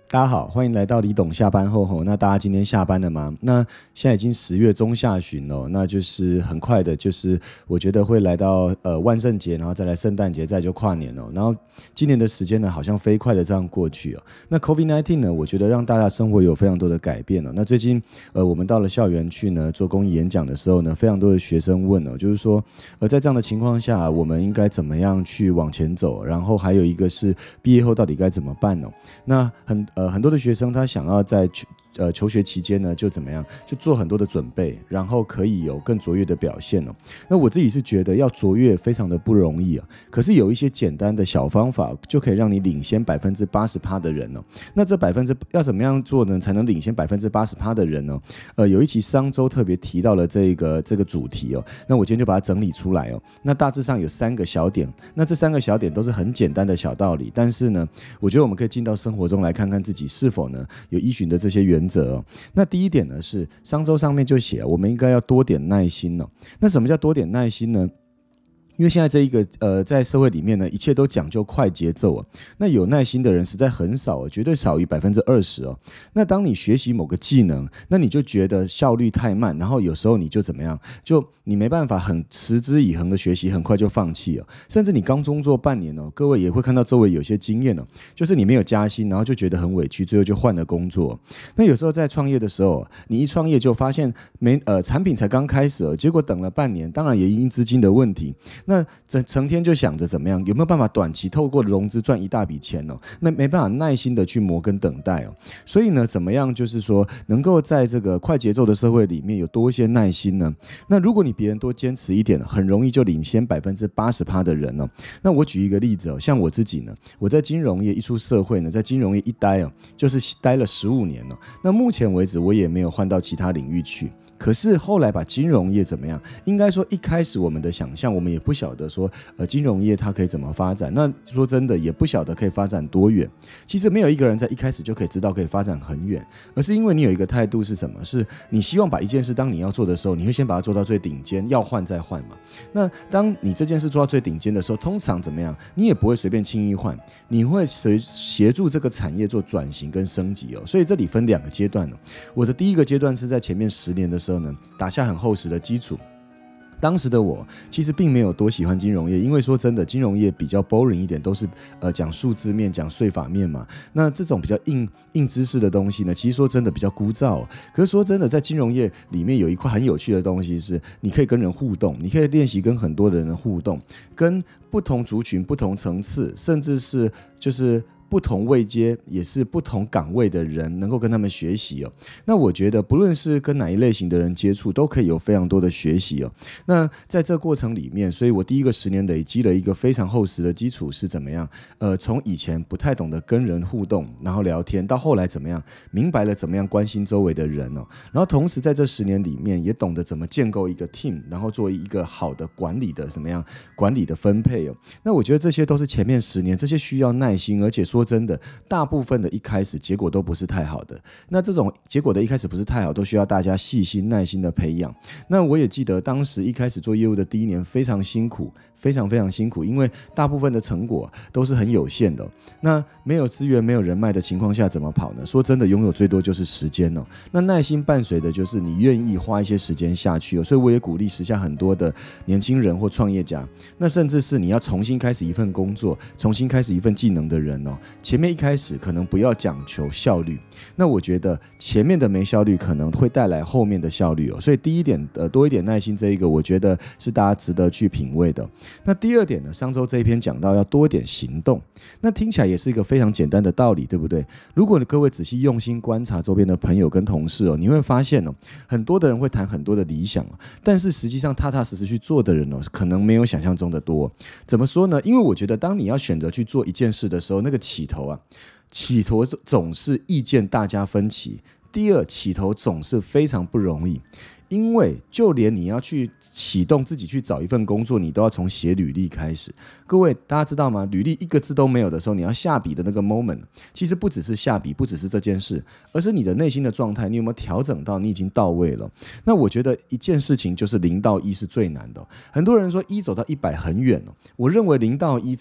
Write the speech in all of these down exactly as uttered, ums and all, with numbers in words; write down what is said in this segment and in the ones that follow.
大家好，欢迎来到李董下班后吼。那大家今天下班了吗？那现在已经十月中下旬了，那就是很快的，就是我觉得会来到呃万圣节，然后再来圣诞节，再就跨年了。然后今年的时间呢，好像飞快的这样过去哦。那 COVID 十九 呢，我觉得让大家生活有非常多的改变哦。那最近呃我们到了校园去呢做公益演讲的时候呢，非常多的学生问哦，就是说呃在这样的情况下，我们应该怎么样去往前走？然后还有一个是毕业后到底该怎么办呢？那很呃很多的学生他想要在求呃求学期间呢就怎么样，就做很多的准备，然后可以有更卓越的表现哦。那我自己是觉得要卓越非常的不容易啊，可是有一些简单的小方法就可以让你领先百分之八十趴的人哦。那这百分之要怎么样做呢？才能领先百分之八十趴的人呢？呃，有一期商周特别提到了这个这个主题哦。那我今天就把它整理出来哦。那大致上有三个小点，那这三个小点都是很简单的小道理，但是呢，我觉得我们可以进到生活中来看看自己是否呢有依循的这些原则哦。那第一点呢是商周上面就写，我们应该要多点耐心哦。那什么叫多点耐心呢？因为现在这一个呃，在社会里面呢，一切都讲究快节奏啊。那有耐心的人实在很少哦，绝对少于百分之二十哦。那当你学习某个技能，那你就觉得效率太慢，然后有时候你就怎么样，就你没办法很持之以恒的学习，很快就放弃哦。甚至你刚工作半年哦，各位也会看到周围有些经验哦，就是你没有加薪，然后就觉得很委屈，最后就换了工作。那有时候在创业的时候，你一创业就发现没呃产品才刚开始哦，结果等了半年，当然也因资金的问题。那整成天就想着怎么样，有没有办法短期透过融资赚一大笔钱哦？没没办法耐心的去磨跟等待哦。所以呢，怎么样就是说能够在这个快节奏的社会里面有多一些耐心呢？那如果你别人多坚持一点，很容易就领先百分之八十趴的人哦。那我举一个例子哦，像我自己呢，我在金融业一出社会呢，在金融业一待哦，就是待了十五年哦。那目前为止我也没有换到其他领域去。可是后来把金融业怎么样？应该说一开始我们的想象，我们也不晓得说，呃，金融业它可以怎么发展。那说真的，也不晓得可以发展多远。其实没有一个人在一开始就可以知道可以发展很远，而是因为你有一个态度是什么？是你希望把一件事当你要做的时候，你会先把它做到最顶尖，要换再换嘛。那当你这件事做到最顶尖的时候，通常怎么样？你也不会随便轻易换，你会协助这个产业做转型跟升级哦。所以这里分两个阶段哦。我的第一个阶段是在前面十年的时候。打下很厚实的基础。当时的我其实并没有多喜欢金融业，因为说真的，金融业比较 boring 一点，都是呃讲数字面、讲税法面嘛。那这种比较硬硬知识的东西呢，其实说真的比较枯燥哦。可是说真的，在金融业里面有一块很有趣的东西是，你可以跟人互动，你可以练习跟很多的人互动，跟不同族群、不同层次，甚至是就是不同位阶也是不同岗位的人能够跟他们学习哦。那我觉得不论是跟哪一类型的人接触，都可以有非常多的学习哦。那在这过程里面，所以我第一个十年累积了一个非常厚实的基础是怎么样？呃，从以前不太懂得跟人互动，然后聊天，到后来怎么样明白了怎么样关心周围的人哦。然后同时在这十年里面，也懂得怎么建构一个 team， 然后做一个好的管理的怎么样管理的分配哦。那我觉得这些都是前面十年，这些需要耐心，而且说。说真的，大部分的一开始结果都不是太好的。那这种结果的一开始不是太好，都需要大家细心耐心的培养。那我也记得当时一开始做业务的第一年非常辛苦，非常非常辛苦，因为大部分的成果都是很有限的哦。那没有资源、没有人脉的情况下怎么跑呢？说真的，拥有最多就是时间哦。那耐心伴随的就是你愿意花一些时间下去哦。所以我也鼓励时下很多的年轻人或创业家，那甚至是你要重新开始一份工作、重新开始一份技能的人哦。前面一开始可能不要讲求效率，那我觉得前面的没效率可能会带来后面的效率哦。所以第一点，呃，多一点耐心，这一个我觉得是大家值得去品味的。那第二点呢，上周这一篇讲到要多一点行动，那听起来也是一个非常简单的道理，对不对？如果你各位仔细用心观察周边的朋友跟同事哦，你会发现哦，很多的人会谈很多的理想哦，但是实际上踏踏实实去做的人哦，可能没有想象中的多。怎么说呢？因为我觉得当你要选择去做一件事的时候，那个起头啊，起头总是意见大家分歧。第二，起头总是非常不容易。因为就连你要去启动自己去找一份工作，你都要从写履历开始。各位大家知道吗？履历一个字都没有的时候，你要下笔的那个 moment， 其实不只是下笔，不只是这件事，而是你的内心的状态，你有没有调整到你已经到位了？那我觉得一件事情就是零到一是最难的哦。很多人说一走到一百很远哦，我认为零到一这个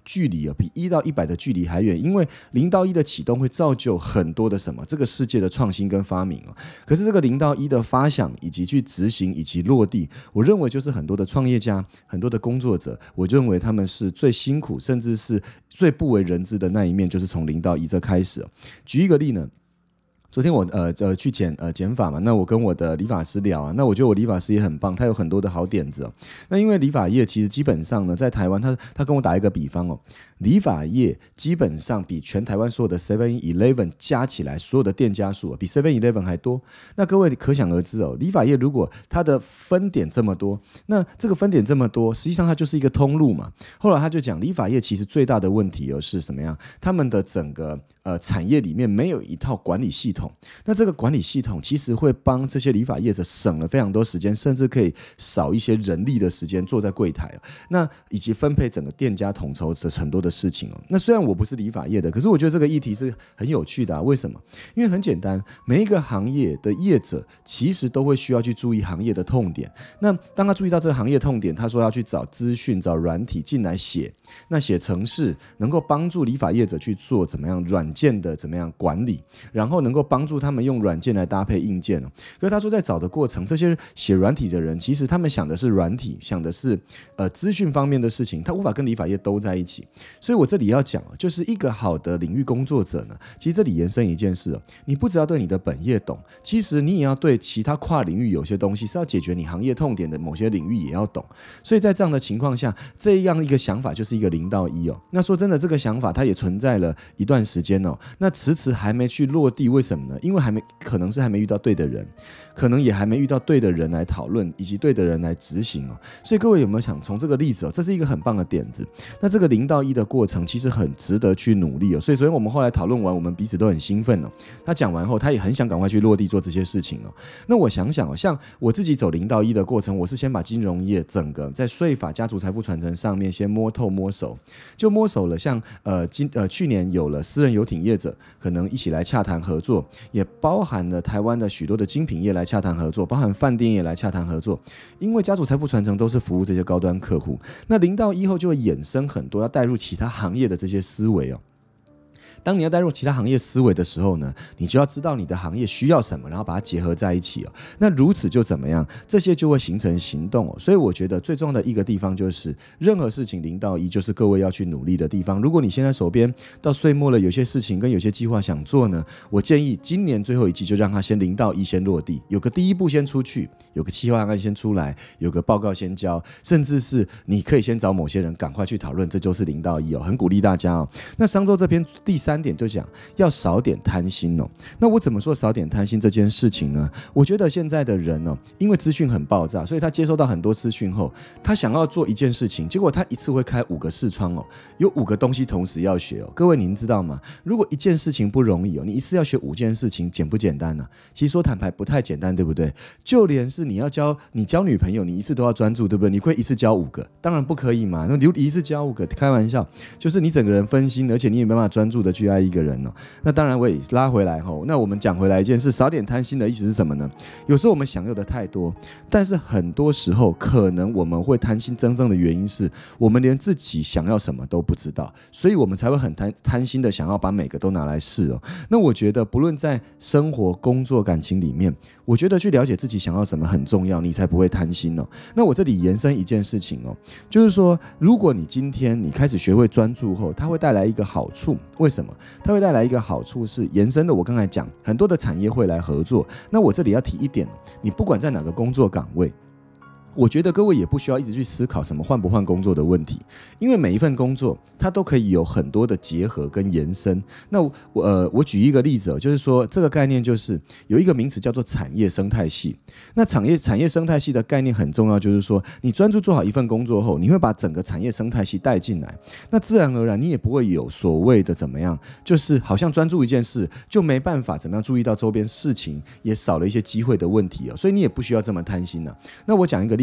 距离比一到一百的距离还远，因为零到一的启动会造就很多的什么这个世界的创新跟发明。可是这个零到一的发想以及去执行以及落地，我认为就是很多的创业家很多的工作者，我认为他们是最辛苦甚至是最不为人知的那一面，就是从零到一这开始。举一个例呢，昨天我呃呃去剪呃剪发嘛，那我跟我的理发师聊啊，那我觉得我理发师也很棒，他有很多的好点子哦。那因为理发业其实基本上呢，在台湾他他跟我打一个比方哦，理发业基本上比全台湾所有的 seven eleven 加起来所有的店家数、哦、比 seven eleven 还多。那各位可想而知哦，理发业如果它的分点这么多，那这个分点这么多，实际上它就是一个通路嘛。后来他就讲，理发业其实最大的问题哦是什么样？他们的整个呃产业里面没有一套管理系统。那这个管理系统其实会帮这些理发业者省了非常多时间，甚至可以少一些人力的时间坐在柜台、哦、那以及分配整个店家统筹很多的事情、哦、那虽然我不是理发业的，可是我觉得这个议题是很有趣的、啊、为什么？因为很简单，每一个行业的业者其实都会需要去注意行业的痛点。那当他注意到这个行业痛点，他说要去找资讯找软体进来写，那写程式能够帮助理发业者去做怎么样软件的怎么样管理，然后能够帮助他们用软件来搭配硬件。可是他说在找的过程，这些写软体的人其实他们想的是软体，想的是呃资讯方面的事情，他无法跟理发业都在一起。所以我这里要讲，就是一个好的领域工作者呢，其实这里延伸一件事，你不只要对你的本业懂，其实你也要对其他跨领域有些东西是要解决你行业痛点的某些领域也要懂。所以在这样的情况下，这样一个想法就是一个零到一哦。那说真的，这个想法它也存在了一段时间哦，那迟迟还没去落地，为什么呢？因为还没，可能是还没遇到对的人，可能也还没遇到对的人来讨论，以及对的人来执行哦。所以各位有没有想从这个例子哦，这是一个很棒的点子。那这个零到一的过程其实很值得去努力哦。所以昨天我们后来讨论完，我们彼此都很兴奋哦。他讲完后，他也很想赶快去落地做这些事情哦。那我想想哦，像我自己走零到一的过程，我是先把金融业整个在税法、家族财富传承上面先摸透摸熟，就摸熟了。像呃今呃去年有了私人游艇业者可能一起来洽谈合作，也包含了台湾的许多的精品业来洽谈合作，包含饭店业来洽谈合作。因为家族财富传承都是服务这些高端客户，那零到一后就会衍生很多要带入其他行业的这些思维哦。当你要带入其他行业思维的时候呢，你就要知道你的行业需要什么，然后把它结合在一起哦。那如此就怎么样？这些就会形成行动哦。所以我觉得最重要的一个地方就是，任何事情零到一就是各位要去努力的地方。如果你现在手边到岁末了，有些事情跟有些计划想做呢，我建议今年最后一季就让它先零到一先落地，有个第一步先出去，有个计划案先出来，有个报告先交，甚至是你可以先找某些人赶快去讨论，这就是零到一哦，很鼓励大家哦。那商周这篇第三点就讲要少点贪心哦。那我怎么说少点贪心这件事情呢？我觉得现在的人哦，因为资讯很爆炸，所以他接收到很多资讯后，他想要做一件事情，结果他一次会开五个视窗哦，有五个东西同时要学哦。各位您知道吗？如果一件事情不容易哦，你一次要学五件事情，简不简单呢、啊？其实说坦白不太简单，对不对？就连是你要交你交女朋友，你一次都要专注，对不对？你会一次交五个，当然不可以嘛。那你一次交五个，开玩笑，就是你整个人分心，而且你也没办法专注的去爱一个人哦。那当然我也拉回来吼，那我们讲回来一件事，少点贪心的意思是什么呢？有时候我们想要的太多，但是很多时候可能我们会贪心，真正的原因是我们连自己想要什么都不知道，所以我们才会很贪贪心的想要把每个都拿来试哦。那我觉得不论在生活、工作、感情里面，我觉得去了解自己想要什么很重要，你才不会贪心哦。那我这里延伸一件事情哦，就是说，如果你今天你开始学会专注后，它会带来一个好处。为什么？它会带来一个好处是延伸的。我刚才讲很多的产业会来合作，那我这里要提一点，你不管在哪个工作岗位，我觉得各位也不需要一直去思考什么换不换工作的问题，因为每一份工作它都可以有很多的结合跟延伸。那我呃，我举一个例子哦，就是说这个概念就是有一个名词叫做产业生态系。那产业产业生态系的概念很重要，就是说你专注做好一份工作后，你会把整个产业生态系带进来，那自然而然你也不会有所谓的怎么样，就是好像专注一件事就没办法怎么样注意到周边事情，也少了一些机会的问题哦。所以你也不需要这么贪心啊。那我讲一个例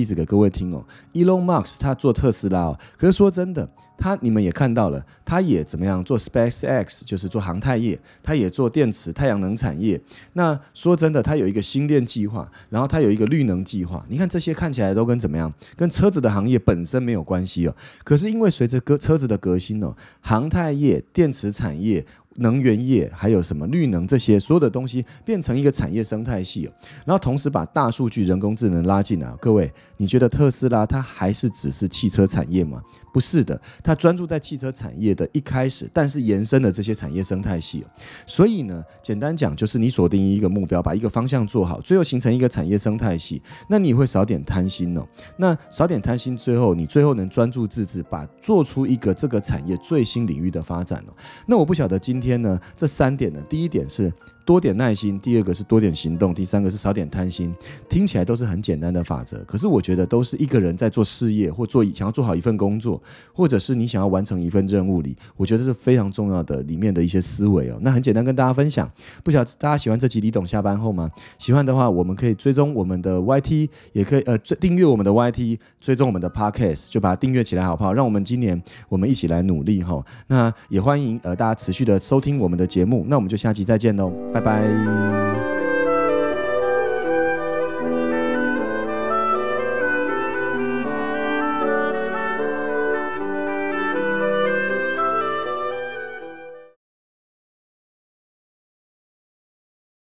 例子给各位听哦。Elon Musk 他做特斯拉哦，可是说真的，他你们也看到了，他也怎么样做 SpaceX， 就是做航太业，他也做电池、太阳能产业。那说真的，他有一个星链计划，然后他有一个绿能计划。你看这些看起来都跟怎么样？跟车子的行业本身没有关系哦。可是因为随着革车子的革新哦，航太业、电池产业、能源业还有什么绿能这些所有的东西变成一个产业生态系哦，然后同时把大数据、人工智能拉进来。各位，你觉得特斯拉它还是只是汽车产业吗？不是的，它专注在汽车产业的一开始，但是延伸了这些产业生态系哦。所以呢，简单讲就是你锁定一个目标，把一个方向做好，最后形成一个产业生态系，那你会少点贪心哦。那少点贪心，最后你最后能专注自治，把做出一个这个产业最新领域的发展哦。那我不晓得今天呢这三点呢，第一点是多点耐心，第二个是多点行动，第三个是少点贪心。听起来都是很简单的法则，可是我觉得都是一个人在做事业或做想要做好一份工作，或者是你想要完成一份任务里，我觉得是非常重要的里面的一些思维哦。那很简单跟大家分享，不晓得大家喜欢这集李董下班后吗？喜欢的话，我们可以追踪我们的 Y T， 也可以呃订阅我们的 Y T， 追踪我们的 Podcast， 就把它订阅起来好不好？让我们今年我们一起来努力哈。那也欢迎呃大家持续的收听我们的节目，那我们就下期再见喽，拜拜。